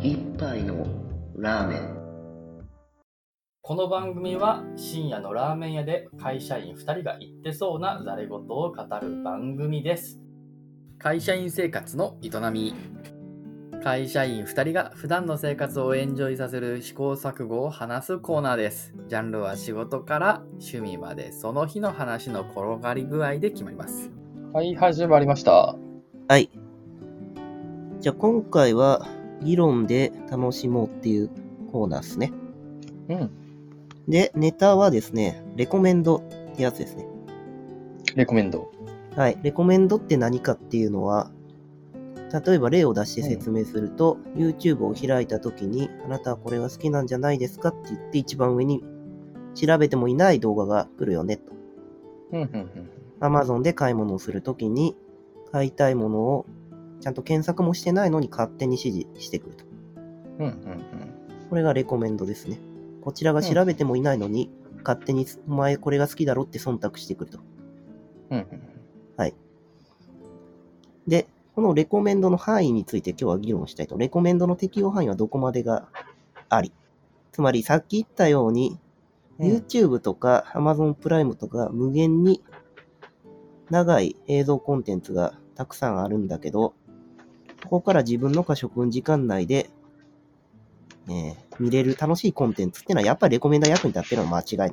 一杯のラーメン。 この番組は深夜のラーメン屋で会社員2人が言ってそうなざれ言を語る番組です。会社員生活の営み。会社員2人が普段の生活をエンジョイさせる試行錯誤を話すコーナーです。ジャンルは仕事から趣味までその日の話の転がり具合で決まります。 はい、始まりました。 はい。じゃあ今回は議論で楽しもうっていうコーナーですね。 うん。 で、ネタはですね、レコメンドってやつですね。 レコメンド。 はい。レコメンドって何かっていうのは、例えば例を出して説明すると、YouTube を開いた時に、あなたはこれが好きなんじゃないですかって言って一番上に調べてもいない動画が来るよねと。Amazon で買い物をするときに、買いたいものをちゃんと検索もしてないのに勝手に指示してくると。これがレコメンドですね。こちらが調べてもいないのに、勝手にお前これが好きだろって忖度してくると。はい。で、このレコメンドの範囲について今日は議論したいと。レコメンドの適用範囲はどこまでがあり。つまりさっき言ったように、YouTube とか Amazon プライムとか無限に長い映像コンテンツがたくさんあるんだけど、ここから自分の可処分時間内で、見れる楽しいコンテンツっていうのはやっぱりレコメンダー役に立ってるのは間違い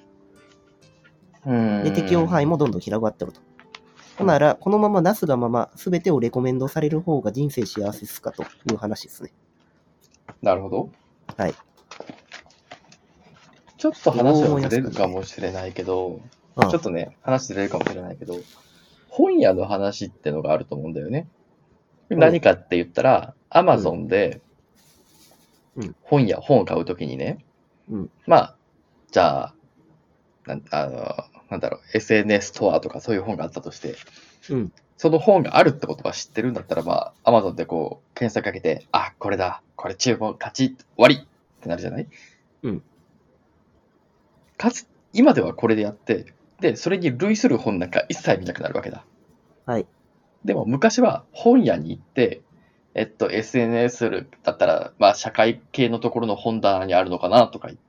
ない。で、適用範囲もどんどん広がってると。ほんなら、このままなすがまま全てをレコメンドされる方が人生幸せですかという話ですね。 なるほど。 はい。 ちょっと話はずれるかもしれないけど、 ちょっとね、話ずれるかもしれないけど、本屋の話ってのがあると思うんだよね。何かって言ったら、Amazon で本を買うときにね、まあ、じゃあ、なんだろう、SNS ストアとかそういう本があったとして、その本があるってことが知ってるんだったら、まあ、Amazon でこう、検索かけて、あ、これだ、これ注文、勝ち、終わりってなるじゃない？かつ、今ではこれでやって、で、それに類する本なんか一切見なくなるわけだ。 はい。 でも昔は本屋に行って、SNS だったら、まあ、社会系のところの本棚にあるのかなとか言って、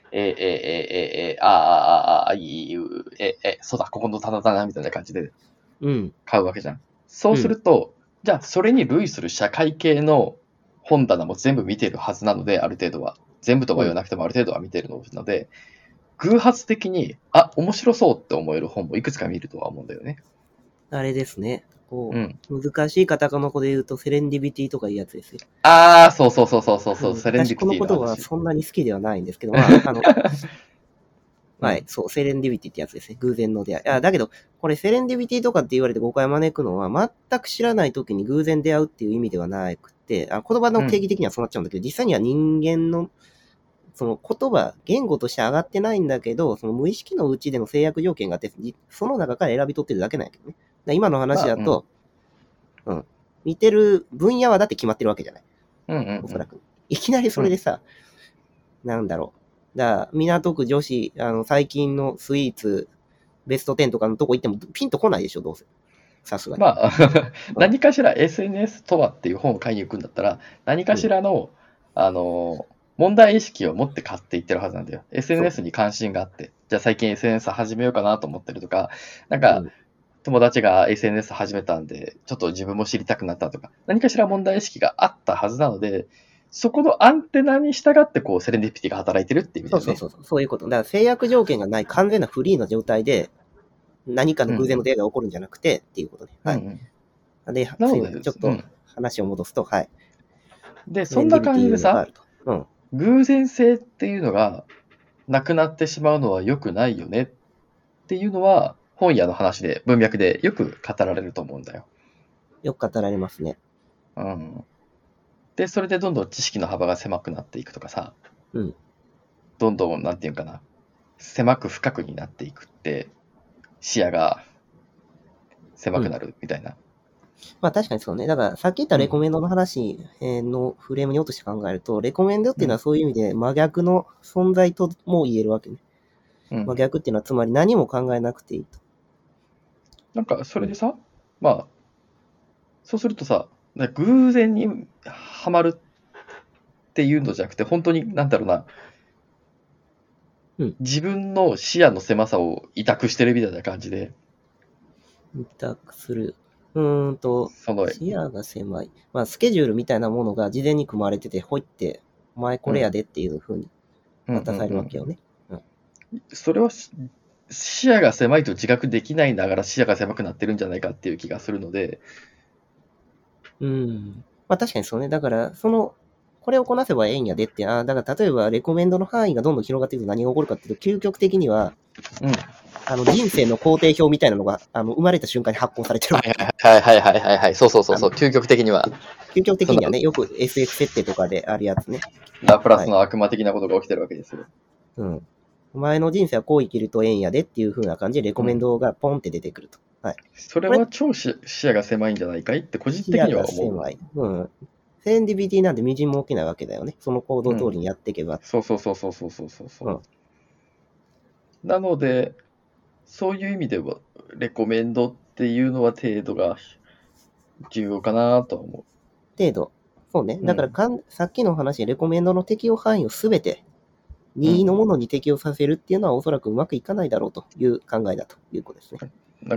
そうだ、ここの棚だな、みたいな感じで買うわけじゃん。そうすると、じゃあ、それに類する社会系の本棚も全部見てるはずなので、ある程度は。全部とは言わなくてもある程度は見てるので、偶発的に、あ、面白そうって思える本もいくつか見るとは思うんだよね。 あれですね。こう、難しいカタカナ語で言うと、セレンディビティとかいうやつですよ。 ああ、そう、セレンディビティの話。 私このことはそんなに好きではないんですけど、まあ、はい、そう、セレンディビティってやつですね。偶然の出会い。だけど、これセレンディビティとかって言われて誤解を招くのは、全く知らない時に偶然出会うっていう意味ではなくて、言葉の定義的にはそうなっちゃうんだけど、実際には人間の、その言葉、言語として上がってないんだけど、その無意識のうちでの制約条件があって、その中から選び取ってるだけなんやけどね。今の話だと、見てる分野はだって決まってるわけじゃない。おそらく。いきなりそれでさ、なんだろう。港区女子、最近のスイーツ、ベスト10とかのとこ行ってもピンとこないでしょ、どうせ。さすがに。 まあ、何かしら SNS とはっていう本を買いに行くんだったら、何かしらの、問題意識を持って買っていってるはずなんだよ。SNS に関心があって、じゃあ最近 SNS 始めようかなと思ってるとか、なんか、友達が SNS 始めたんで、ちょっと自分も知りたくなったとか、何かしら問題意識があったはずなので、そこのアンテナに従って、こう、セレンディピティが働いてるっていう意味だよね。 そういうこと。だから制約条件がない完全なフリーな状態で、何かの偶然の出会いが起こるんじゃなくて、っていうことで。はい。で、ちょっと話を戻すと、はい。 で、そんな感じでさ、偶然性っていうのがなくなってしまうのは良くないよねっていうのは、本屋の話で、文脈でよく語られると思うんだよ。 よく語られますね。 で、それでどんどん知識の幅が狭くなっていくとかさ、どんどん、なんていうかな、狭く深くになっていくって、視野が狭くなるみたいな。 まあ確かにそうね。だからさっき言ったレコメンドの話のフレームに落として考えると、レコメンドっていうのはそういう意味で真逆の存在とも言えるわけね。真逆っていうのはつまり何も考えなくていいと。 なんかそれでさ、まあ、そうするとさ、偶然にはまるっていうのじゃなくて、本当に、なんだろうな、 うん自分の視野の狭さを委託してるみたいな感じで、 委託する。 その、 視野が狭い。まあ、スケジュールみたいなものが事前に組まれてて、ほいって、お前これやでっていう風に渡されるわけよね。 それは視野が狭いと自覚できないながら視野が狭くなってるんじゃないかっていう気がするので、 まあ確かにそうね。だから、これをこなせばええんやでって、だから例えばレコメンドの範囲がどんどん広がっていくと何が起こるかっていうと、究極的には、人生の工程表みたいなのが、生まれた瞬間に発行されてるわけ。 はい、そう、究極的には。 究極的にはね、よく SF 設定とかであるやつね。 ラプラスの悪魔的なことが起きてるわけですよ。 お前の人生はこう生きるとええんやでっていう風な感じでレコメンドがポンって出てくると。 それは超視野が狭いんじゃないかいって個人的には思う。 視野が狭い。セレンディビティなんてみじんも起きないわけだよね。その行動通りにやっていけば。 そう。なので、そういう意味では、レコメンドっていうのは程度が重要かなとは思う。 程度。そうね。だからさっきの話でレコメンドの適用範囲をすべて任意のものに適用させるっていうのはおそらくうまくいかないだろうという考えだということですね。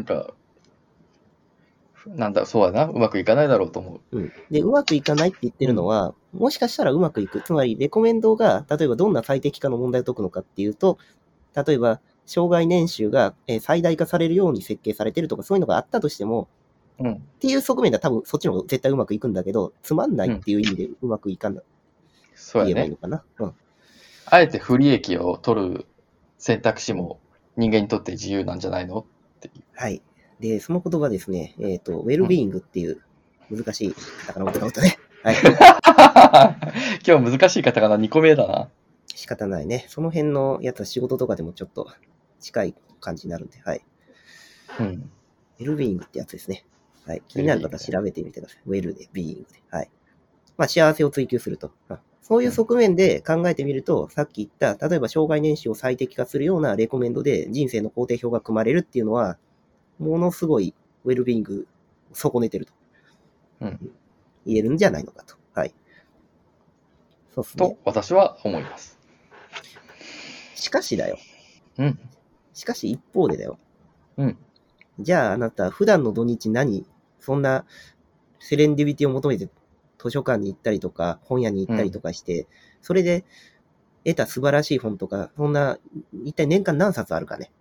そうやな、うまくいかないだろうと思う。 で、うまくいかないって言ってるのは、もしかしたらうまくいく。つまり、レコメンドが、例えばどんな最適化の問題を解くのかっていうと、例えば、障害年収が最大化されるように設計されてるとか、そういうのがあったとしても、っていう側面では多分そっちの方が絶対うまくいくんだけど、つまんないっていう意味でうまくいかない。 そうやね。 言えばいいのかな。 あえて不利益を取る選択肢も人間にとって自由なんじゃないのっていう。 はい。で、その言葉ですね、ウェルビーイングっていう難しいカタカナ言葉とね。はい。 今日難しいカタカナ2個目だな。 仕方ないね。その辺のやつは仕事とかでもちょっと近い感じになるんで、はい。ウェルビーイングってやつですね。はい。気になる方は調べてみてください。ウェルで、ビーイングで。はい。まあ、幸せを追求すると。そういう側面で考えてみると、さっき言った、例えば障害年収を最適化するようなレコメンドで人生の工程表が組まれるっていうのは、ものすごいウェルビーイングを損ねてると。言えるんじゃないのかと。はい。そうですね。 と、私は思います。 しかしだよ。しかし一方でだよ。 うん。 じゃああなた、普段の土日そんなセレンディビティを求めて図書館に行ったりとか、本屋に行ったりとかして、それで得た素晴らしい本とか、そんな、一体年間何冊あるかね。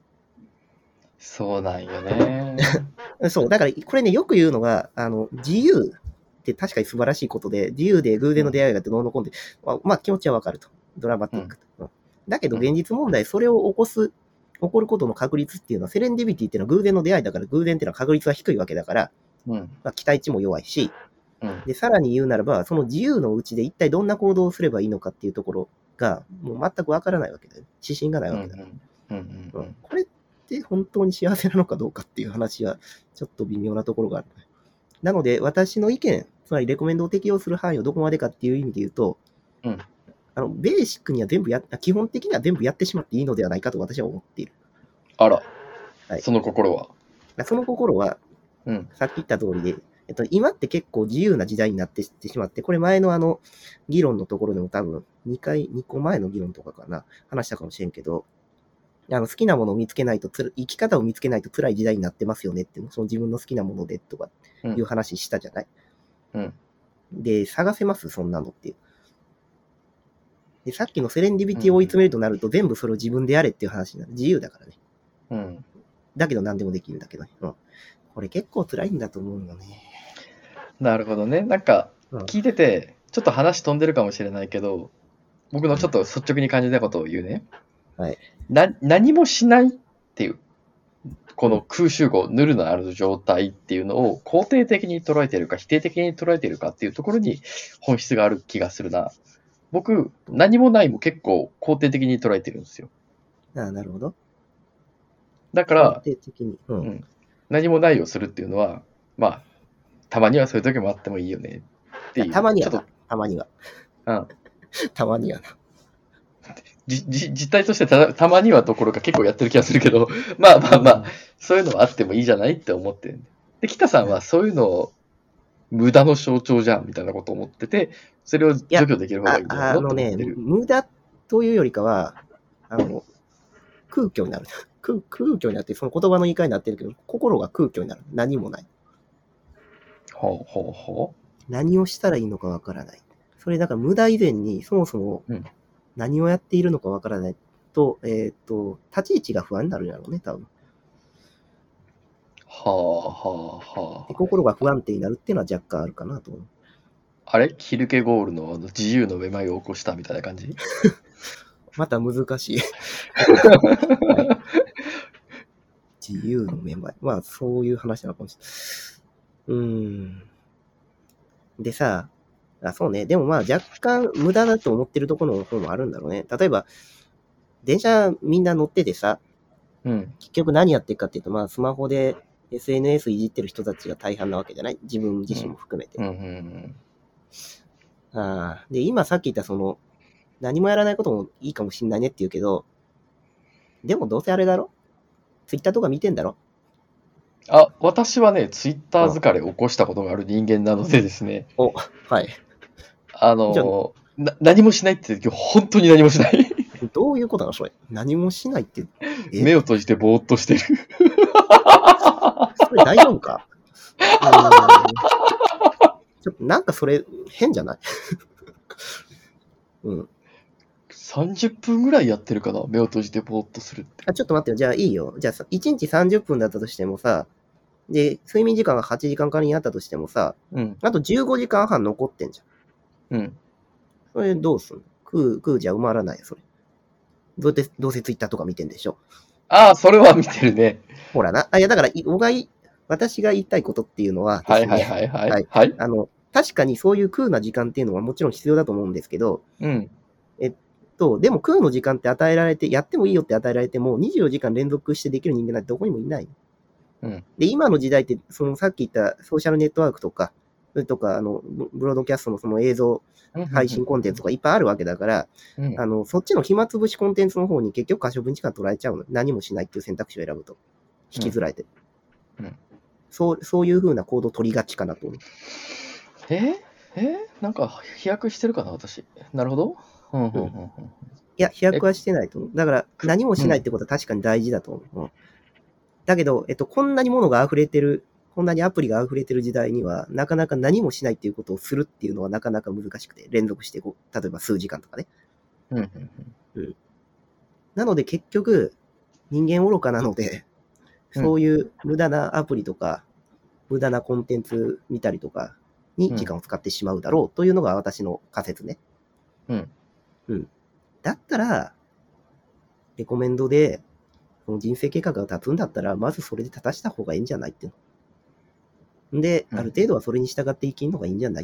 そうなんよね。 そう、だからこれね、よく言うのが、自由って確かに素晴らしいことで、自由で偶然の出会いがあってどうのこうのって、まあ気持ちはわかると。ドラマティックと。だけど現実問題、それを起こることの確率っていうのは、セレンディビティっていうのは偶然の出会いだから、偶然っていうのは確率は低いわけだから、まあ期待値も弱いし、で、さらに言うならば、その自由のうちで一体どんな行動をすればいいのかっていうところが、もう全くわからないわけだよ。指針がないわけだ。これって本当に幸せなのかどうかっていう話は、ちょっと微妙なところがある。なので、私の意見、つまりレコメンドを適用する範囲をどこまでかっていう意味で言うと、ベーシックには全部基本的には全部やってしまっていいのではないかと私は思っている。 あら。はい、その心はその心は、さっき言った通りで、今って結構自由な時代になってしまって、これ前の議論のところでも多分2個前の議論とかかな、話したかもしれんけど、好きなものを見つけないと生き方を見つけないと辛い時代になってますよねって、その自分の好きなものでとかいう話したじゃない。で、探せますそんなのっていう。で、さっきのセレンディビティを追い詰めるとなると、全部それを自分でやれっていう話になる。自由だからね。だけど何でもできるんだけどね。これ結構辛いんだと思うよね。 なるほどね。なんか、聞いてて、ちょっと話飛んでるかもしれないけど、僕のちょっと率直に感じたことを言うね。 はい。 何もしないっていう、この空集合、ヌルのある状態っていうのを肯定的に捉えているか否定的に捉えているかっていうところに本質がある気がするな。僕、何もないも結構肯定的に捉えてるんですよ。 なるほど。 だから、 肯定的に、 何もないをするっていうのは、まあ、たまにはそういう時もあってもいいよねっていう。 たまにはな。たまには。たまにはな。 実態としてたまにはどころか結構やってる気がするけど、まあ、そういうのはあってもいいじゃないって思ってるんで。で、北さんはそういうのを無駄の象徴じゃんみたいなことを思ってて、それを除去できる方がいいんだよと思ってる。 無駄というよりかは、空虚になる。空虚になって、その言葉の言い換えになってるけど、心が空虚になる。何もない。 ほうほうほう。 何をしたらいいのかわからない。それだから無駄以前に、そもそも何をやっているのかわからないと、立ち位置が不安になるんやろうね、多分。 はあはあはあ。 心が不安定になるっていうのは若干あるかなと思う。 あれキルケゴールの自由のめまいを起こしたみたいな感じまた難しい。自由のめまい。まあ、そういう話なのかもしれない。でさ、そうね。でもまあ若干無駄だと思ってるところの方もあるんだろうね。例えば、電車みんな乗っててさ、結局何やってるかっていうと、まあスマホで SNS いじってる人たちが大半なわけじゃない？自分自身も含めて。で、今さっき言ったその、何もやらないこともいいかもしんないねって言うけど、でもどうせあれだろ？ツイッターとか見てんだろ？ 私はね、ツイッター疲れを起こしたことがある人間なのでですね。 はい。 何もしないって言うと本当に何もしない。 どういうことなのそれ。何もしないって。 目を閉じてぼーっとしてる。それ大丈夫かちょっとなんかそれ変じゃない 30分ぐらいやってるかな目を閉じてぼーっとするって。 ちょっと待ってよ。じゃあいいよ。じゃあ1日30分だったとしてもさ、で、睡眠時間が8時間仮にあったとしてもさ、あと15時間半残ってんじゃん。それどうすんの？食うじゃ埋まらないよ、それ。どうせツイッターとか見てんでしょ。 それは見てるね。 ほらな。いや、だから、私が言いたいことっていうのはですね、はい。確かにそういう空な時間っていうのはもちろん必要だと思うんですけど、でも空の時間って与えられて、やってもいいよって与えられても、24時間連続してできる人間なんてどこにもいない。で、今の時代って、そのさっき言ったソーシャルネットワークとか、それとか、ブロードキャストのその映像配信コンテンツとかいっぱいあるわけだから、そっちの暇つぶしコンテンツの方に結局可処分時間取られちゃうの。何もしないっていう選択肢を選ぶと。引きずられて。そういう風な行動を取りがちかなと思う。 なんか飛躍してるかな、私。なるほど。 いや、飛躍はしてないと思う。だから、何もしないってことは確かに大事だと思う。だけど、こんなに物が溢れてる、こんなにアプリが溢れてる時代には、なかなか何もしないっていうことをするっていうのはなかなか難しくて、連続して例えば数時間とかね。なので結局、人間愚かなので、そういう無駄なアプリとか、無駄なコンテンツ見たりとかに時間を使ってしまうだろうというのが私の仮説ね。だったら、レコメンドで、その人生計画が立つんだったら、まずそれで立たした方がいいんじゃないって。で、ある程度はそれに従って生きるのがいいんじゃないって。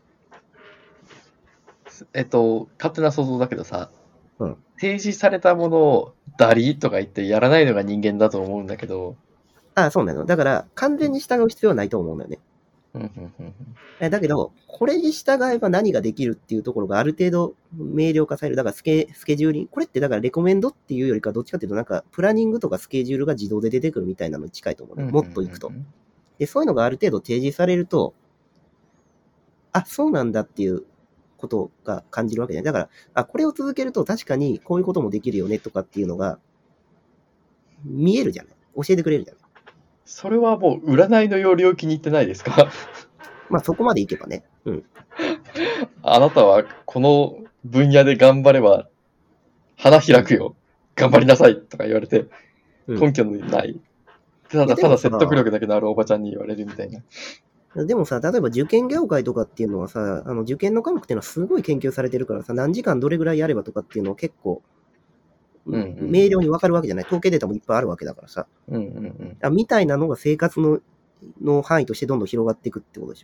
勝手な想像だけどさ、提示されたものをダリとか言ってやらないのが人間だと思うんだけど。 そうなの。だから、完全に従う必要はないと思うんだよね。だけど、これに従えば何ができるっていうところがある程度明瞭化される。だからスケジューリング。これってだからレコメンドっていうよりかどっちかっていうとなんかプランニングとかスケジュールが自動で出てくるみたいなのに近いと思うね。もっといくと。で、そういうのがある程度提示されると、そうなんだっていうことが感じるわけね。だから、これを続けると確かにこういうこともできるよねとかっていうのが見えるじゃない。教えてくれるじゃない。 それはもう占いの領域に行ってないですか？ まあそこまでいけばね。 あなたはこの分野で頑張れば花開くよ。頑張りなさいとか言われて、根拠のない。ただ説得力だけのあるおばちゃんに言われるみたいな。 でもさ、例えば受験業界とかっていうのはさ、受験の科目っていうのはすごい研究されてるからさ、何時間どれぐらいやればとかっていうのを結構、明瞭にわかるわけじゃない。統計データもいっぱいあるわけだからさ。みたいなのが生活の範囲としてどんどん広がっていくってことでし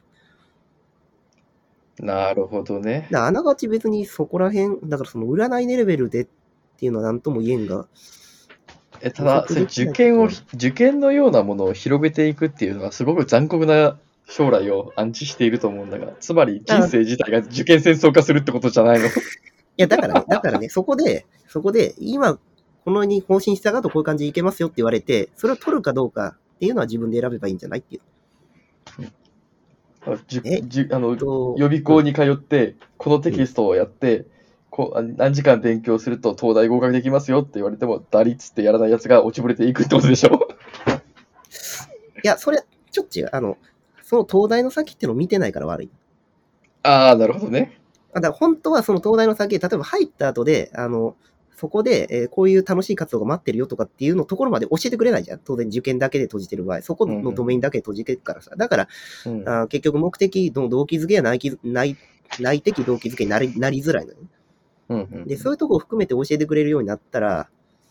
ょ。 なるほどね。 あながち別にそこら辺、だからその占いレベルでっていうのは何とも言えんが。 ただ、受験のようなものを広げていくっていうのはすごく残酷な将来を暗示していると思うんだが、つまり人生自体が受験戦争化するってことじゃないの？ だからね、そこで、今、このに方針したがとこういう感じでいけますよって言われて、それを取るかどうかっていうのは自分で選べばいいんじゃないっていう。 予備校に通って、このテキストをやって、何時間勉強すると東大合格できますよって言われても、打率ってやらないやつが落ちぶれていくってことでしょ。 いや、それ、ちょっと違う。その東大の先っていうのを見てないから悪い。 ああ、なるほどね。 だから本当はその東大の先、例えば入った後で、そこで、こういう楽しい活動が待ってるよとかっていうのところまで教えてくれないじゃん。当然受験だけで閉じてる場合、そこのドメインだけで閉じてるからさ。だから、結局目的の動機づけや内的動機づけになりづらいのよ。で、そういうところを含めて教えてくれるようになったら、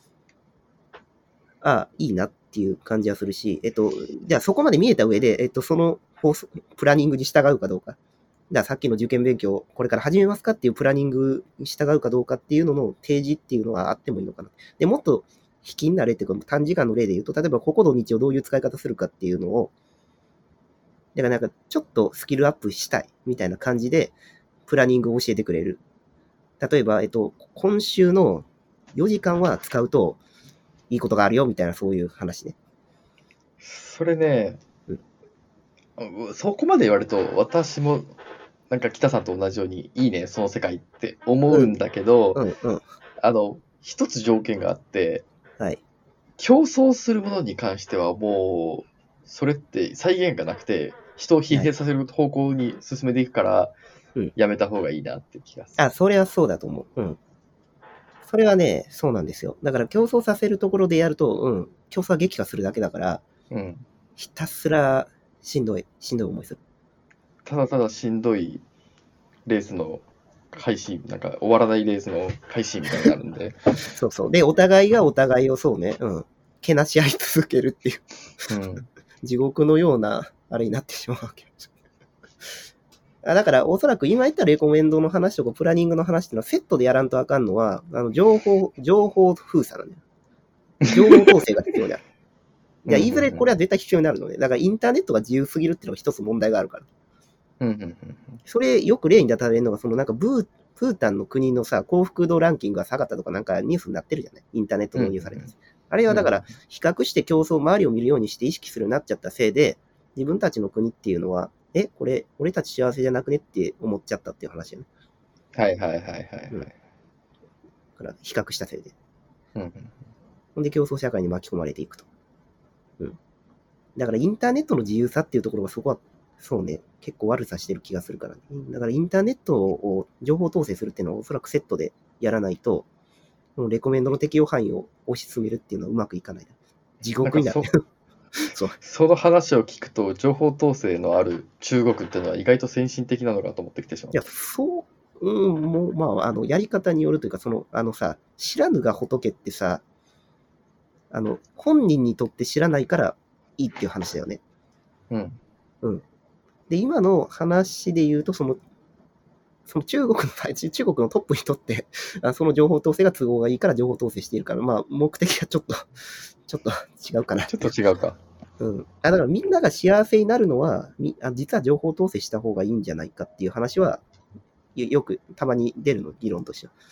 いいなっていう感じはするし、じゃあそこまで見えた上で、そのプランニングに従うかどうか。だからさっきの受験勉強、これから始めますかっていうプランニングに従うかどうかっていうのの提示っていうのはあってもいいのかな。で、もっと引きな例っていうか、短時間の例で言うと、例えばここ土日をどういう使い方するかっていうのを、だからなんかちょっとスキルアップしたいみたいな感じで、プランニングを教えてくれる。例えば、今週の4時間は使うといいことがあるよみたいなそういう話ね。 それね、そこまで言われると私もなんか北さんと同じようにいいねその世界って思うんだけど、一つ条件があって、 はい、 競争するものに関してはもうそれって再現がなくて人を疲弊させる方向に進めていくから、やめた方がいいなって気がする。 それはそうだと思う。それはね、そうなんですよ。だから競争させるところでやると、競争は激化するだけだから、ひたすらしんどい思いする。 ただただしんどいレースの開始、なんか終わらないレースの開始みたいになるんで。 そうそう。で、お互いがお互いをそうね、けなし合い続けるっていう、地獄のような、あれになってしまうわけです。だから、おそらく今言ったレコメンドの話とかプランニングの話っていうのはセットでやらんとあかんのは、情報封鎖なんだよ。情報統制が必要である。いや、いずれこれは絶対必要になるので、だからインターネットが自由すぎるっていうのが一つ問題があるから。それ、よく例に出されるのが、なんかプータンの国のさ、幸福度ランキングが下がったとかなんかニュースになってるじゃない。インターネット導入された。あれはだから、比較して競争、周りを見るようにして意識するようになっちゃったせいで、自分たちの国っていうのは、これ、俺たち幸せじゃなくねって思っちゃったっていう話よね。 はい。 だから、比較したせいで。ほんで、競争社会に巻き込まれていくと。だから、インターネットの自由さっていうところがそこは、そうね、結構悪さしてる気がするから、ね。だから、インターネットを情報統制するっていうのはおそらくセットでやらないと、レコメンドの適用範囲を推し進めるっていうのはうまくいかない。地獄になる。 その話を聞くと、情報統制のある中国っていうのは意外と先進的なのかと思ってきてしまう。 いや、そう、もう、まあ、やり方によるというか、さ、知らぬが仏ってさ、本人にとって知らないからいいっていう話だよね。で、今の話で言うと、その中国のトップにとって、その情報統制が都合がいいから情報統制しているから、まあ、目的がちょっと違うかな。 ちょっと違うか。 だからみんなが幸せになるのは、実は情報統制した方がいいんじゃないかっていう話は、よくたまに出るの、議論としては。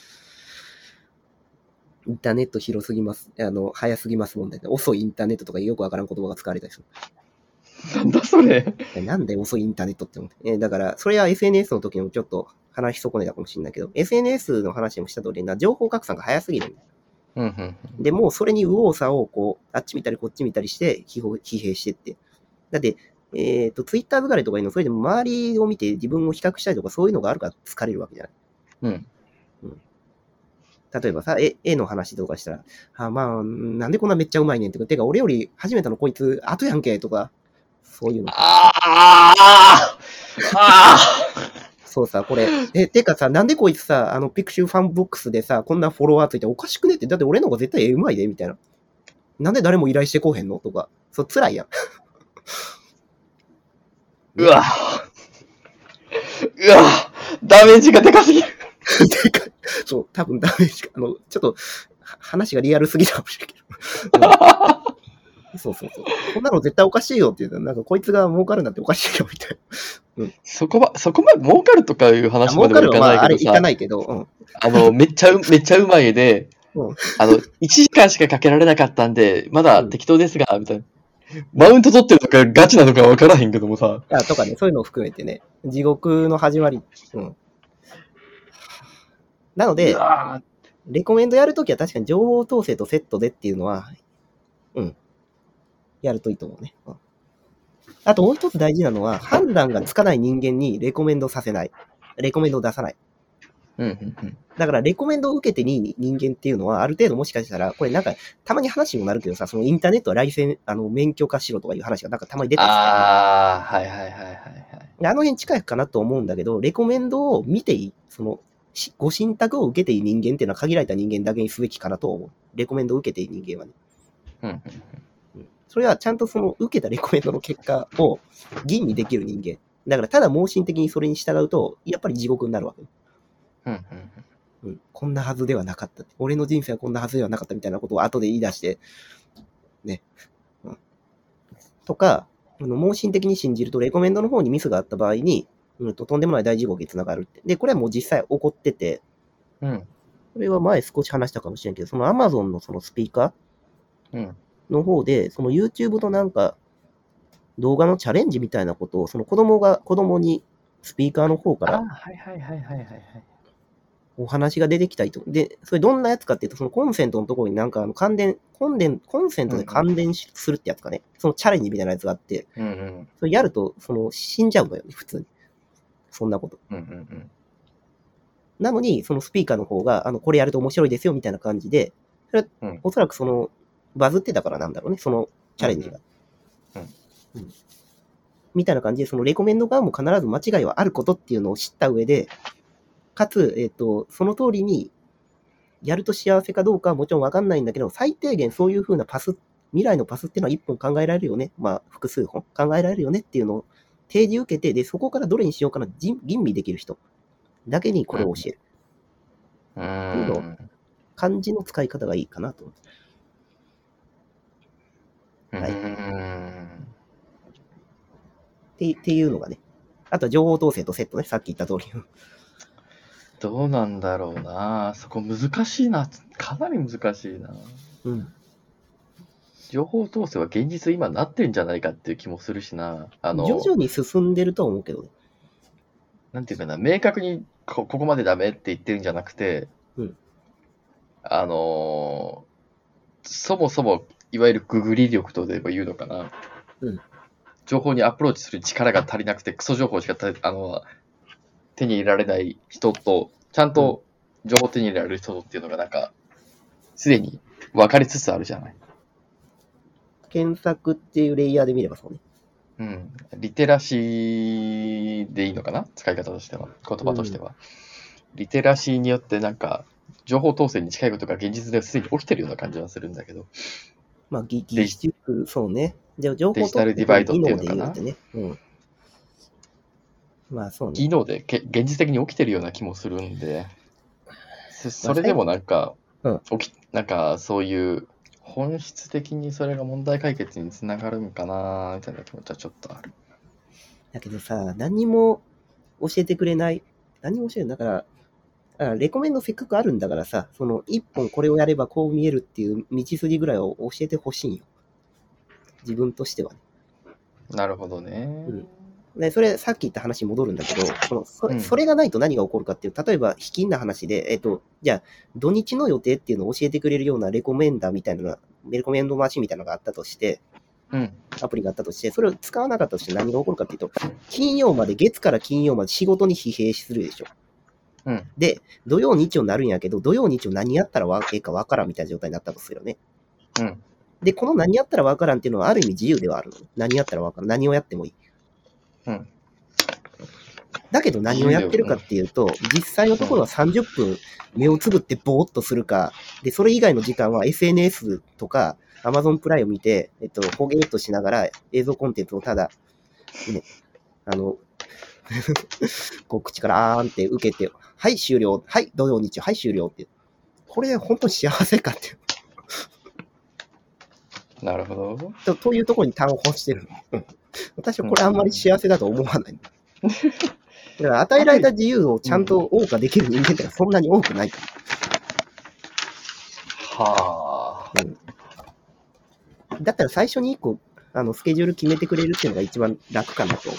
インターネット広すぎます。早すぎます問題で。遅いインターネットとかよくわからん言葉が使われたりする。 なんだそれ。 なんで遅いインターネットって思って。だから、それは SNS の時にもちょっと話し損ねたかもしれないけど、SNS の話もした通りな、情報拡散が早すぎる。で、もうそれに右往左往こう、あっち見たりこっち見たりして、疲弊してって。だって、ツイッター疲れとかいうの、それでも周りを見て自分を比較したりとか、そういうのがあるから疲れるわけじゃない。例えばさ、絵の話とかしたら、まあ、なんでこんなめっちゃうまいねんってか、てか俺より始めたのこいつ、後やんけとか、そういうの。そうさ、これ、てかさ、なんでこいつさ、ピクシュファンボックスでさ、こんなフォロワーついておかしくねって、だって俺の方が絶対絵うまいで、みたいな。なんで誰も依頼してこうへんのとか、そう、辛いやん。 ダメージがでかすぎる。 そう、多分ダメージが、ちょっと、話がリアルすぎたかもしれんけど。そう。こんなの絶対おかしいよって言うと、なんかこいつが儲かるなんておかしいよみたいな。 そこまで儲かるとかいう話まではいかないけどさ。 あれいかないけど、 めっちゃうまい絵で、1時間しかかけられなかったんで、まだ適当ですが、みたいな。 マウント取ってるのかガチなのか分からへんけどもさ。 いや、とかね、そういうのを含めてね、地獄の始まり。うん。なので、レコメンドやるときは確かに情報統制とセットでっていうのは、やるといいと思うね。あともう一つ大事なのは、判断がつかない人間にレコメンドさせない。レコメンドを出さない。だから、レコメンドを受けていい人間っていうのは、ある程度もしかしたら、これなんか、たまに話にもなるけどさ、そのインターネットは免許化しろとかいう話がなんかたまに出てきて。 はい。 あの辺近いかなと思うんだけど、レコメンドを見ていい、ご信託を受けていい人間っていうのは限られた人間だけにすべきかなと思う。レコメンドを受けていい人間はね。それはちゃんとその受けたレコメンドの結果を吟味できる人間。だからただ盲信的にそれに従うと、やっぱり地獄になるわけ。こんなはずではなかった。俺の人生はこんなはずではなかったみたいなことを後で言い出して、ね。とか、盲信的に信じるとレコメンドの方にミスがあった場合に、とんでもない大地獄につながるって。で、これはもう実際起こってて、これは前少し話したかもしれんけど、その Amazon のそのスピーカーの方で、その YouTube のなんか動画のチャレンジみたいなことを、その子供にスピーカーの方からお話が出てきたりと。で、それどんなやつかっていうと、そのコンセントのところになんかコンセントで感電するってやつかね。そのチャレンジみたいなやつがあって、それやると、死んじゃうのよね、普通に。そんなこと。なのに、そのスピーカーの方が、これやると面白いですよ、みたいな感じで、それは、おそらくバズってたからなんだろうね、そのチャレンジが。みたいな感じで、そのレコメンド側も必ず間違いはあることっていうのを知った上で、かつ、その通りに、やると幸せかどうかはもちろんわかんないんだけど、最低限そういう風な未来のパスっていうのは一本考えられるよね。まあ、複数本考えられるよねっていうのを提示受けて、で、そこからどれにしようかな、吟味できる人だけにこれを教える。っていうのを、漢字の使い方がいいかなと思う。はい。っていうのがね。あとは情報統制とセットね。さっき言った通り。 どうなんだろうな。そこ難しいな。かなり難しいな。情報統制は現実今なってるんじゃないかっていう気もするしな。 徐々に進んでるとは思うけどね。 なんていうかな、明確にここまでダメって言ってるんじゃなくて、そもそもいわゆるググり力とで言うのかな。情報にアプローチする力が足りなくて、クソ情報しか手に入れられない人と、ちゃんと情報手に入れられる人っていうのがなんか、すでに分かりつつあるじゃない。 検索っていうレイヤーで見ればそうね。 リテラシーでいいのかな、使い方としては、言葉としては。リテラシーによってなんか、情報統制に近いことが現実ですでに起きてるような感じはするんだけど。 まあ、技術、そうね。じゃあ、情報デジタルディバイドっていうのかな。 まあ、そうね。 技能で現実的に起きてるような気もするんで、それでもなんか、なんかそういう本質的にそれが問題解決につながるんかなみたいな気持ちはちょっとある。 だけどさ、何も教えてくれない。何も教える。だから、レコメンドせっかくあるんだからさ、一本これをやればこう見えるっていう道筋ぐらいを教えてほしいんよ。自分としてはね。 なるほどね。 で、それ、さっき言った話に戻るんだけど、それがないと何が起こるかっていう、例えば、卑近な話で、じゃあ、土日の予定っていうのを教えてくれるようなレコメンダーみたいな、レコメンドマシンみたいなのがあったとして、アプリがあったとして、それを使わなかったとして何が起こるかっていうと、月から金曜まで仕事に疲弊するでしょ。で、土曜日曜になるんやけど、土曜日曜何やったらええかわからんみたいな状態になったとするよね。で、この何やったらわからんっていうのはある意味自由ではあるの。何やったらわからん。何をやってもいい。だけど何をやってるかっていうと、実際のところは30分目をつぶってぼーっとするか、で、それ以外の時間は SNS とか Amazon プライを見て、ほげーっとしながら映像コンテンツをただ、ね、こう口からあーんって受けて、はい、終了。はい、土曜日曜、はい、終了って。これ、本当に幸せかっていう。 なるほど。 というところに端を欲してる。私はこれあんまり幸せだと思わない。だから与えられた自由をちゃんと謳歌できる人間ってそんなに多くないから。だったら最初に一個スケジュール決めてくれるっていうのが一番楽かなと思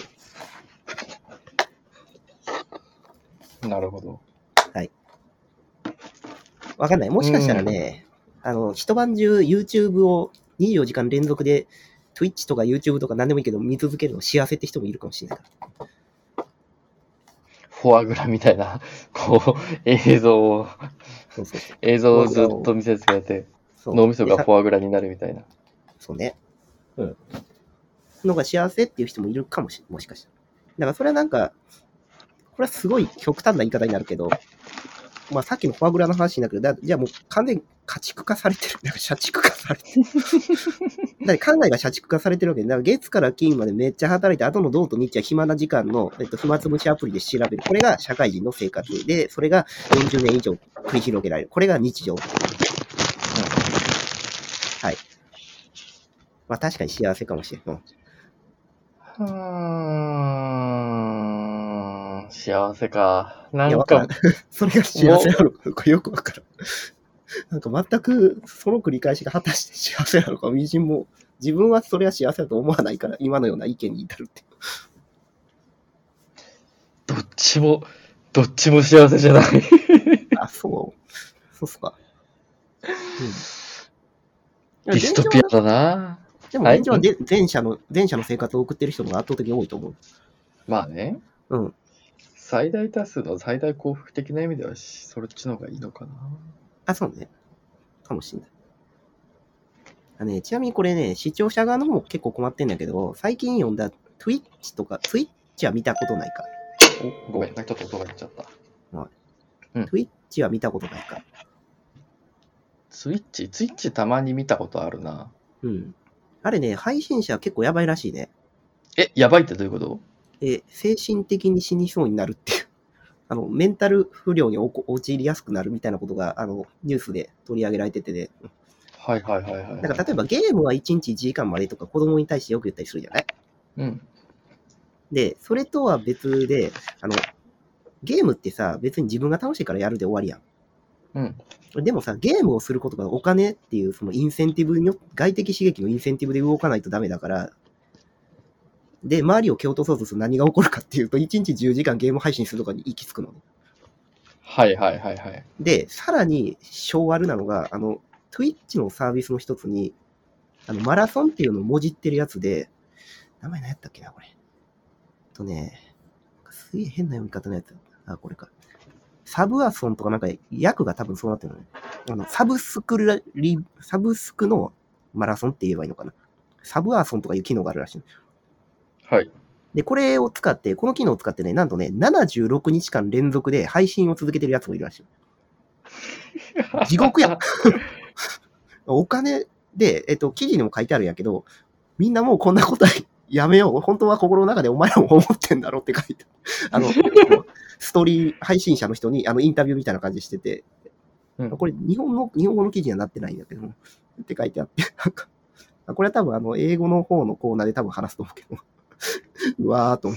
う。 なるほど。 はい。わかんない。もしかしたらね、一晩中 YouTube を24時間連続で Twitch とか YouTube とか何でもいいけど見続けるの幸せって人もいるかもしれないから。 フォアグラみたいな、こう、映像をずっと見せつけて、脳みそがフォアグラになるみたいな。 そうね。うん。のが幸せっていう人もいるかもしかしたら。だからそれはなんか、これはすごい極端な言い方になるけど、まあさっきのフォアグラの話になるけど、じゃあもう完全に家畜化されてる。なんか社畜化されてる。だから考えが社畜化されてるわけで、だから月から金までめっちゃ働いて、あとの土と日は暇な時間の、暇つぶしアプリで調べる。これが社会人の生活で、それが40年以上繰り広げられる。これが日常。はい。まあ確かに幸せかもしれん。 幸せか。 なんか、それが幸せなのかよくわからん。なんか全くその繰り返しが果たして幸せなのか、自分はそれは幸せだと思わないから、今のような意見に至るって。 どっちも幸せじゃない。 あ、そうっすか。 ディストピアだな。 でも現状は前者の生活を送ってる人が圧倒的に多いと思う。 まあね。 うん。 最大多数の最大幸福的な意味では、そっちの方がいいのかな。 あ、そうね。かもしれない。ちなみにこれね、視聴者側の方も結構困ってんだけど、最近読んだ Twitch とか、Twitch は見たことないか。 ごめん、ちょっと音が出ちゃった。 はい。Twitch は見たことないか。 Twitch たまに見たことあるな。 うん。あれね、配信者結構やばいらしいね。 やばいってどういうこと？ 精神的に死にそうになるっていう。メンタル不良に陥りやすくなるみたいなことが、ニュースで取り上げられててね。 はい。だから例えばゲームは1日1時間までとか子供に対してよく言ったりするじゃない？ うん。 で、それとは別で、ゲームってさ、別に自分が楽しいからやるで終わりやん。 うん。 でもさ、ゲームをすることがお金っていうそのインセンティブに外的刺激のインセンティブで動かないとダメだから、で、周りを蹴落とそうとすると何が起こるかっていうと、1日10時間ゲーム配信するとかに行き着くのね。 はい。 で、さらに、性悪なのが、Twitch のサービスの一つに、マラソンっていうのをもじってるやつで、名前何やったっけな、これ。すげえ変な読み方のやつ。あ、これか。サブアソンとかなんか、訳が多分そうなってるのね。サブスクのマラソンって言えばいいのかな。サブアソンとかいう機能があるらしい。 はい。 で、この機能を使ってね、なんとね、76日間連続で配信を続けてるやつもいるらしい。地獄やん。お金で、記事にも書いてあるんやけど、みんなもうこんなことやめよう。本当は心の中でお前らも思ってんだろって書いてある。ストーリー配信者の人にインタビューみたいな感じしてて、これ日本語の記事にはなってないんだけど、って書いてあって、なんか、これは多分英語の方のコーナーで多分話すと思うけど、うわーと思って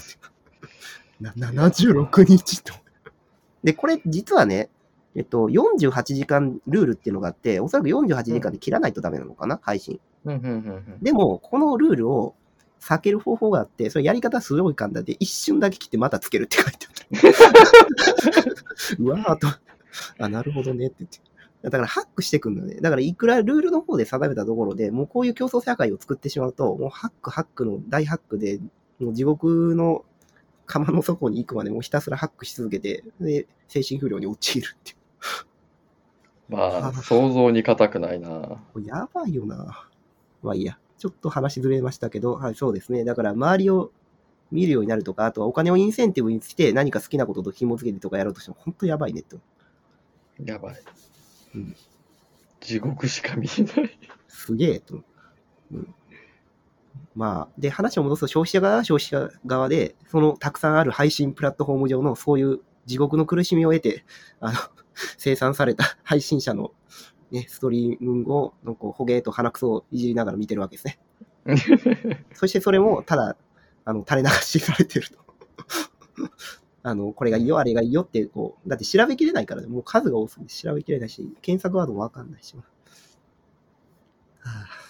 。76日と。で、これ実はね、48時間ルールっていうのがあって、おそらく48時間で切らないとダメなのかな、配信。でも、このルールを避ける方法があって、それやり方すごい簡単で、一瞬だけ切ってまたつけるって書いてある。うわーと。あ、なるほどねって言って。だからハックしてくんだね。だからいくらルールの方で定めたところで、もうこういう競争社会を作ってしまうと、もうハックの大ハックで、もう地獄の釜の底に行くまでもうひたすらハックし続けて、で、精神不良に陥るっていう。 まあ、想像に難くないな。 やばいよな。まあいいや。ちょっと話ずれましたけど、はい、そうですね。だから周りを見るようになるとか、あとはお金をインセンティブにして何か好きなことと紐付けてとかやろうとしても、本当やばいねと。 やばい。 うん。 地獄しか見えない。 すげえと。うん。まあ、で、話を戻すと消費者側で、そのたくさんある配信プラットフォーム上のそういう地獄の苦しみを得て、生産された配信者の、ね、ストリーミングを、ほげーと鼻くそをいじりながら見てるわけですね。そしてそれも、ただ、垂れ流しされてると。これがいいよ、あれがいいよって、だって調べきれないからね、もう数が多すぎて調べきれないし、検索ワードもわかんないし。はあ、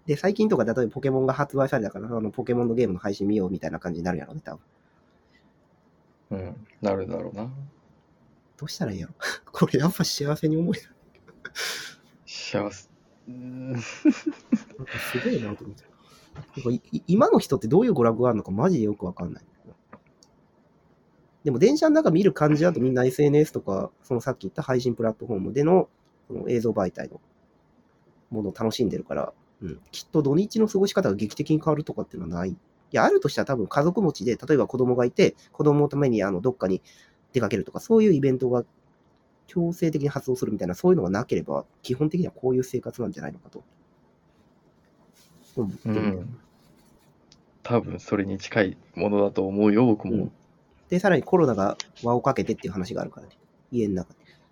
で、最近とか、例えばポケモンが発売されたから、ポケモンのゲームの配信見ようみたいな感じになるやろね、多分。 うん。なるだろうな。 どうしたらいいやろ。これやっぱ幸せに思える。 幸せ。 なんかすごいなと思って。なんか今の人ってどういう娯楽があるのかマジでよくわかんない。でも電車の中見る感じだとみんな SNS とか、そのさっき言った配信プラットフォームでのその映像媒体のものを楽しんでるから、きっと土日の過ごし方が劇的に変わるとかっていうのはない。いや、あるとしたら多分家族持ちで、例えば子供がいて、子供のためにどっかに出かけるとか、そういうイベントが強制的に発動するみたいな、そういうのがなければ、基本的にはこういう生活なんじゃないのかと。 多分それに近いものだと思うよ、僕も。 で、さらにコロナが輪をかけてっていう話があるからね。家の中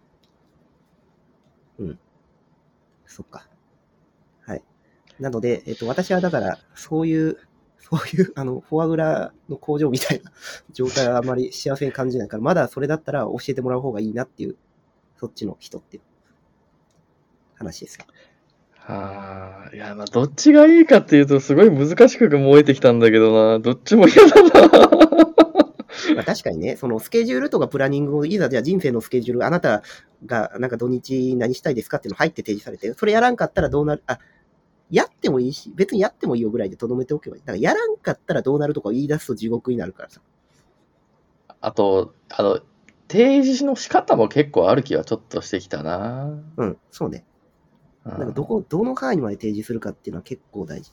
で。そっか。はい。なので、私はだから、そういう、フォアグラの工場みたいな状態はあまり幸せに感じないから、まだそれだったら教えてもらう方がいいなっていう、そっちの人っていう話ですよ。 いや、どっちがいいかっていうと、すごい難しく燃えてきたんだけどな。どっちも嫌だな。 まあ確かにね、そのスケジュールとかプランニングをいざじゃあ人生のスケジュール、あなたがなんか土日何したいですかっていうの入って提示されて、それやらんかったらどうなる、やってもいいし、別にやってもいいよぐらいで留めておけばいい。だからやらんかったらどうなるとか言い出すと地獄になるからさ。 あと、提示の仕方も結構ある気はちょっとしてきたな。 そうね。なんかどの範囲まで提示するかっていうのは結構大事。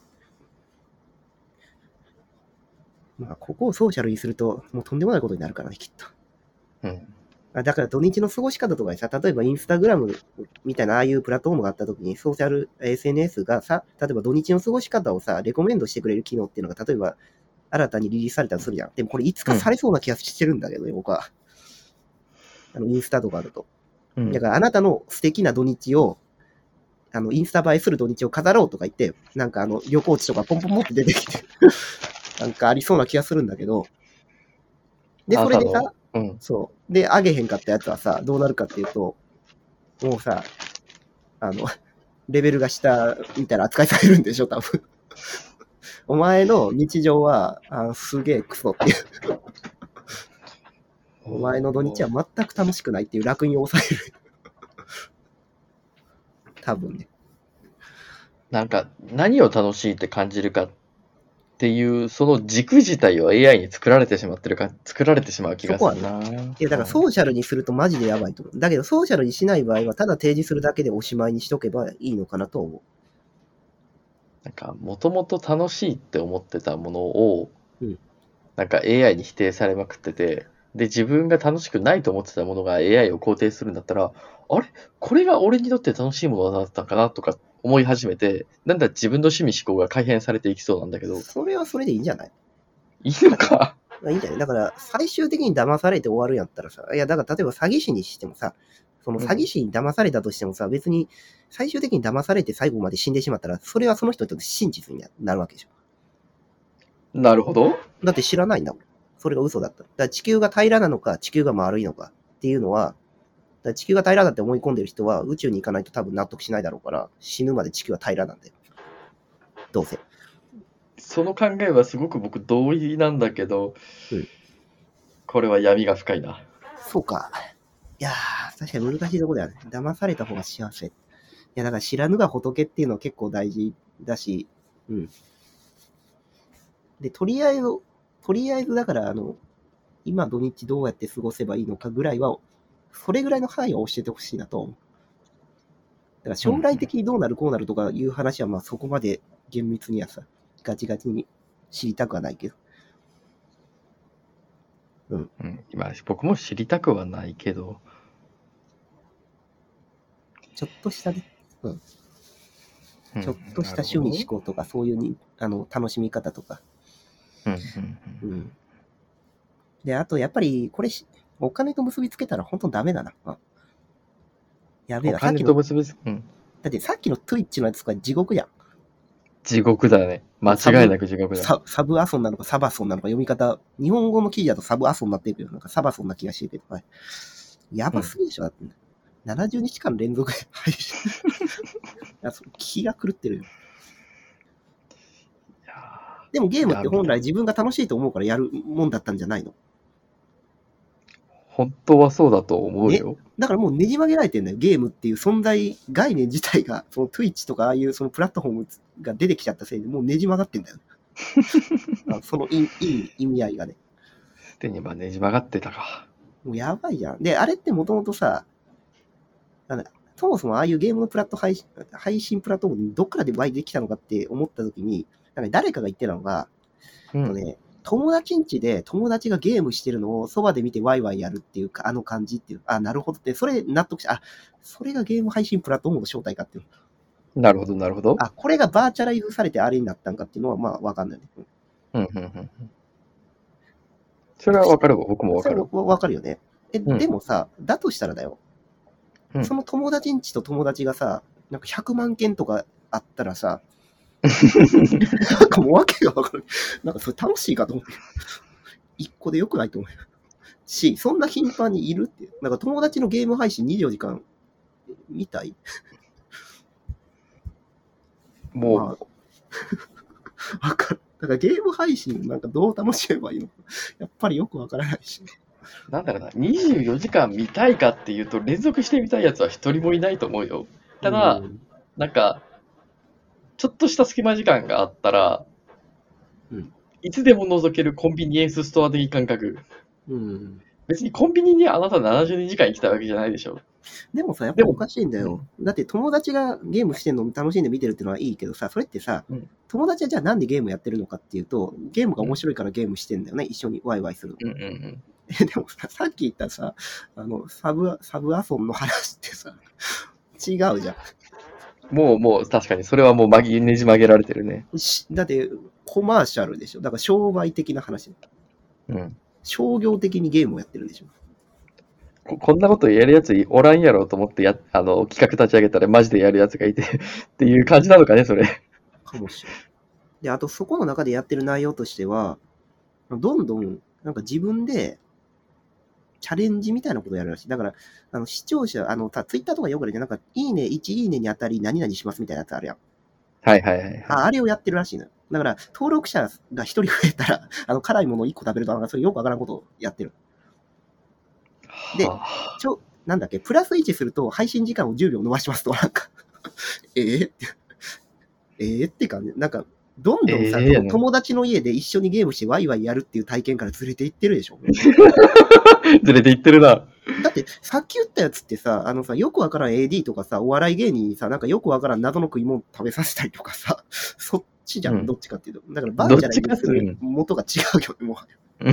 まあ、ここをソーシャルにすると、もうとんでもないことになるからね、きっと。だから土日の過ごし方とかでさ、例えばインスタグラムみたいなああいうプラットフォームがあったときに、ソーシャル SNS がさ、例えば土日の過ごし方をさ、レコメンドしてくれる機能っていうのが、例えば新たにリリースされたりするじゃん。でもこれいつかされそうな気がしてるんだけどね、僕は。インスタとかあると。だからあなたの素敵な土日を、インスタ映えする土日を飾ろうとか言って、なんか旅行地とかポンポンポンって出てきて、なんかありそうな気がするんだけど、で、それでさ、そう。で、あげへんかったやつはさ、どうなるかっていうと、もうさ、レベルが下みたいな扱いされるんでしょ、多分。お前の日常は、すげえクソっていう。お前の土日は全く楽しくないっていう烙印を抑える。多分ね。 なんか、何を楽しいって感じるかっていう、その軸自体を AI に作られてしまう気がするな。 いや、だからソーシャルにするとマジでやばいと思う。だけど、ソーシャルにしない場合は、ただ提示するだけでおしまいにしとけばいいのかなと思う。 なんか、もともと楽しいって思ってたものを、なんか AI に否定されまくってて、で、自分が楽しくないと思ってたものが AI を肯定するんだったら、あれこれが俺にとって楽しいものだったかなとか思い始めて、なんだ自分の趣味思考が改変されていきそうなんだけど。 それはそれでいいんじゃない？ いいのか。 いいんじゃない？だから、最終的に騙されて終わるんやったらさ、いや、だから例えば詐欺師にしてもさ、その詐欺師に騙されたとしてもさ、別に最終的に騙されて最後まで死んでしまったら、それはその人にとって真実になるわけでしょ。 なるほど。 だって知らないんだもん。それが嘘だった。だから地球が平らなのか、地球が丸いのかっていうのは、だから地球が平らだって思い込んでる人は宇宙に行かないと多分納得しないだろうから、死ぬまで地球は平らなんだよ。どうせ。 その考えはすごく僕同意なんだけど、これは闇が深いな。 そうか。いやー、確かに難しいところだよね。騙された方が幸せ。いや、だから知らぬが仏っていうのは結構大事だし、で、とりあえずだから、今土日どうやって過ごせばいいのかぐらいは、それぐらいの範囲は教えてほしいなと思う。だから将来的にどうなるこうなるとかいう話は、まあそこまで厳密にはさ、ガチガチに知りたくはないけど。 今僕も知りたくはないけど。 ちょっとしたね。ちょっとした趣味思考とか、そういうに楽しみ方とか。で、あと、やっぱり、これ、お金と結びつけたら本当にダメだな。やべえな。 お金と結びつけ、 だってさっきの Twitch のやつとか地獄じゃん。 地獄だね。間違いなく地獄だ。 サブアソンなのかサバソンなのか読み方、日本語の記事だとサブアソンになってるけど、なんかサバソンな気がしてるけど、やばすぎでしょ、だって。70日間連続で配信。気が狂ってるよ。 でもゲームって本来自分が楽しいと思うからやるもんだったんじゃないの？ 本当はそうだと思うよ。 だからもうねじ曲げられてんだよ。ゲームっていう存在、概念自体が、その Twitch とかああいうそのプラットフォームが出てきちゃったせいでもうねじ曲がってんだよ。その意味合いがね。 すでにねじ曲がってたか。 もうやばいじゃん。で、あれってもともとさ、そもそもああいうゲームの配信プラットフォームにどっからで湧いてきたのかって思った時に、なんか誰かが言ってたのが、友達ん家で友達がゲームしてるのをそばで見てワイワイやるっていうか、あの感じっていう、なるほどって、それ納得した。それがゲーム配信プラットフォームの正体かっていう。 なるほど、なるほど。 これがバーチャライズされてあれになったんかっていうのは、まあ、わかんないね。 それはわかるわ、僕もわかる。 わかるよね。でもさ、だとしたらだよ。その友達ん家と友達がさ、なんか100万件とかあったらさ、なんかもうわけがわかる。なんかそれ楽しいかと思う。一個でよくないと思うし、そんな頻繁にいるって。なんか友達のゲーム配信24時間見たい？ もう、 わかる。だからゲーム配信なんかどう楽しめばいいのか。やっぱりよくわからないし。 なんだろうな、24時間見たいかっていうと、連続して見たいやつは一人もいないと思うよ。ただ、なんか、ちょっとした隙間時間があったら、いつでも覗けるコンビニエンスストア的感覚。別にコンビニにあなた72時間行きたいわけじゃないでしょ。 でもさ、やっぱおかしいんだよ。だって友達がゲームしてるのを楽しんで見てるっていうのはいいけどさ、それってさ、友達はじゃあなんでゲームやってるのかっていうと、ゲームが面白いからゲームしてんだよね。一緒にワイワイするの。でもさっき言ったさ、サブアソンの話ってさ、違うじゃん。 もう確かに、それはもうねじ曲げられてるね。 だって、コマーシャルでしょ。だから商売的な話。商業的にゲームをやってるでしょ。 こんなことやるやつおらんやろうと思って企画立ち上げたらマジでやるやつがいてっていう感じなのかね、それ。 かもしれない。で、あとそこの中でやってる内容としては、どんどんなんか自分でチャレンジみたいなことをやるらしい。だから、視聴者、ツイッターとかよくあるじゃん。なんか、いいね、1いいねに当たり何々しますみたいなやつあるやん。あれをやってるらしいの。だから、登録者が1人増えたら、辛いものを1個食べるとか、それよくわからんことをやってる。で、なんだっけ、プラス1すると配信時間を10秒伸ばしますと、なんか、って感じ。なんか、どんどんさ、友達の家で一緒にゲームしてワイワイやるっていう体験からずれていってるでしょ。 ずれていってるな。 だって、さっき言ったやつってさ、よくわからん AD とかさ、お笑い芸人にさ、なんかよくわからん謎の食い物食べさせたりとかさ、そっちじゃん、どっちかっていうと。だから、バーチャライズする元が違うよね、も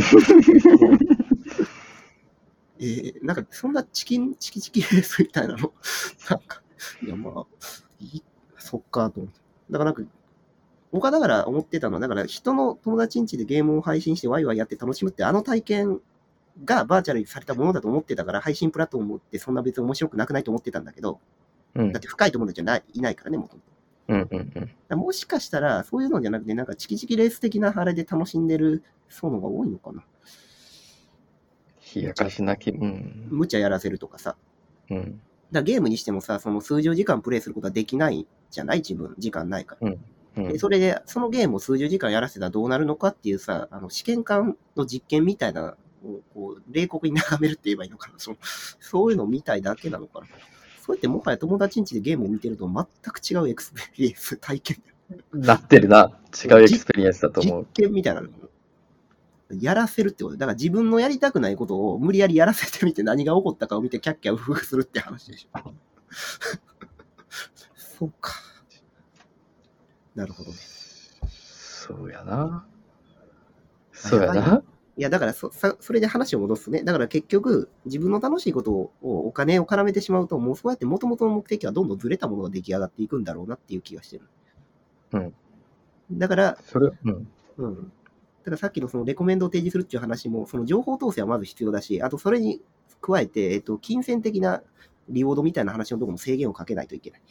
う。なんか、そんなチキチキレースみたいなの。なんか、いや、まあ、そっか、と思って。だからなんか、僕はだから思ってたのは、だから人の友達ん家でゲームを配信してワイワイやって楽しむって体験がバーチャルにされたものだと思ってたから、配信プラットフォームってそんな別に面白くなくないと思ってたんだけど、だって深い友達はいないからね、もともと。もしかしたら、そういうのじゃなくて、なんかチキチキレース的なあれで楽しんでる層のが多いのかな。 冷やかしなき、 無茶やらせるとかさ。だゲームにしてもさ、その数十時間プレイすることはできないじゃない？自分、時間ないから。それで、そのゲームを数十時間やらせたらどうなるのかっていうさ、試験管の実験みたいなのをこう冷酷に眺めるって言えばいいのかな。そういうのを見たいだけなのかな。そうやってもはや友達ん家でゲームを見てると全く違うエクスペリエンス、体験なってるな。違うエクスペリエンスだと思う。 実験みたいなの。やらせるってこと。だから自分のやりたくないことを無理やりやらせてみて何が起こったかを見てキャッキャウフフするって話でしょ。そうか。なるほどね。 そうやな。そうやな。 いや、だからそれで話を戻すね。だから結局、自分の楽しいことをお金を絡めてしまうと、もうそうやって元々の目的はどんどんずれたものが出来上がっていくんだろうなっていう気がしてる。だから、だからさっきのそのレコメンドを提示するっていう話も、その情報統制はまず必要だし、あとそれに加えて、金銭的なリウォードみたいな話のところも制限をかけないといけない。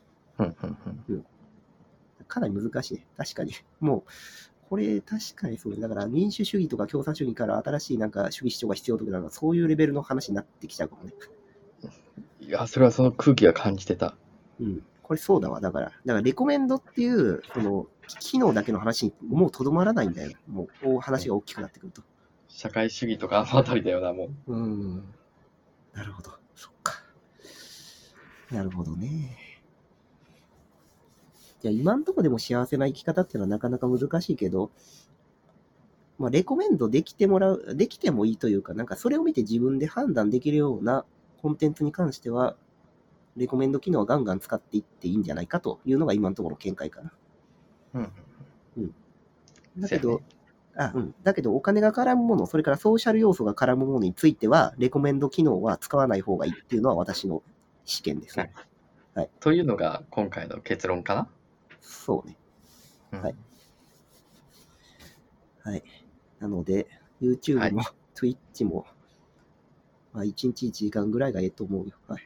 かなり難しいね。確かに。もう、これ確かにそう。だから民主主義とか共産主義から新しいなんか主義主張が必要とか、なんかそういうレベルの話になってきちゃうかもね。 いや、それはその空気は感じてた。 これそうだわ。だからレコメンドっていう、その機能だけの話にもうとどまらないんだよ。もう話が大きくなってくると。 社会主義とかあのあたりだよな、もう。 なるほど。そっか。なるほどね。じゃあ今んとこでも幸せな生き方っていうのはなかなか難しいけど、まあ、レコメンドできてもいいというか、なんかそれを見て自分で判断できるようなコンテンツに関しては、レコメンド機能をガンガン使っていっていいんじゃないかというのが今のところ見解かな。だけど、だけどお金が絡むもの、それからソーシャル要素が絡むものについては、レコメンド機能は使わない方がいいっていうのは私の試験ですね。 はい。というのが今回の結論かな？ そうね。はい。なので、YouTube も、Twitch も、まあ、1日1時間ぐらいがええと思うよ。はい。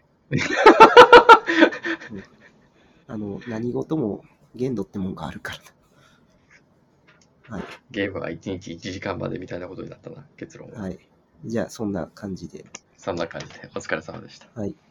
何事も限度ってもんがあるからな。はい。 ゲームは1日1時間までみたいなことになったな、結論は。 はい。じゃあ、そんな感じで。 そんな感じで、お疲れ様でした。 はい。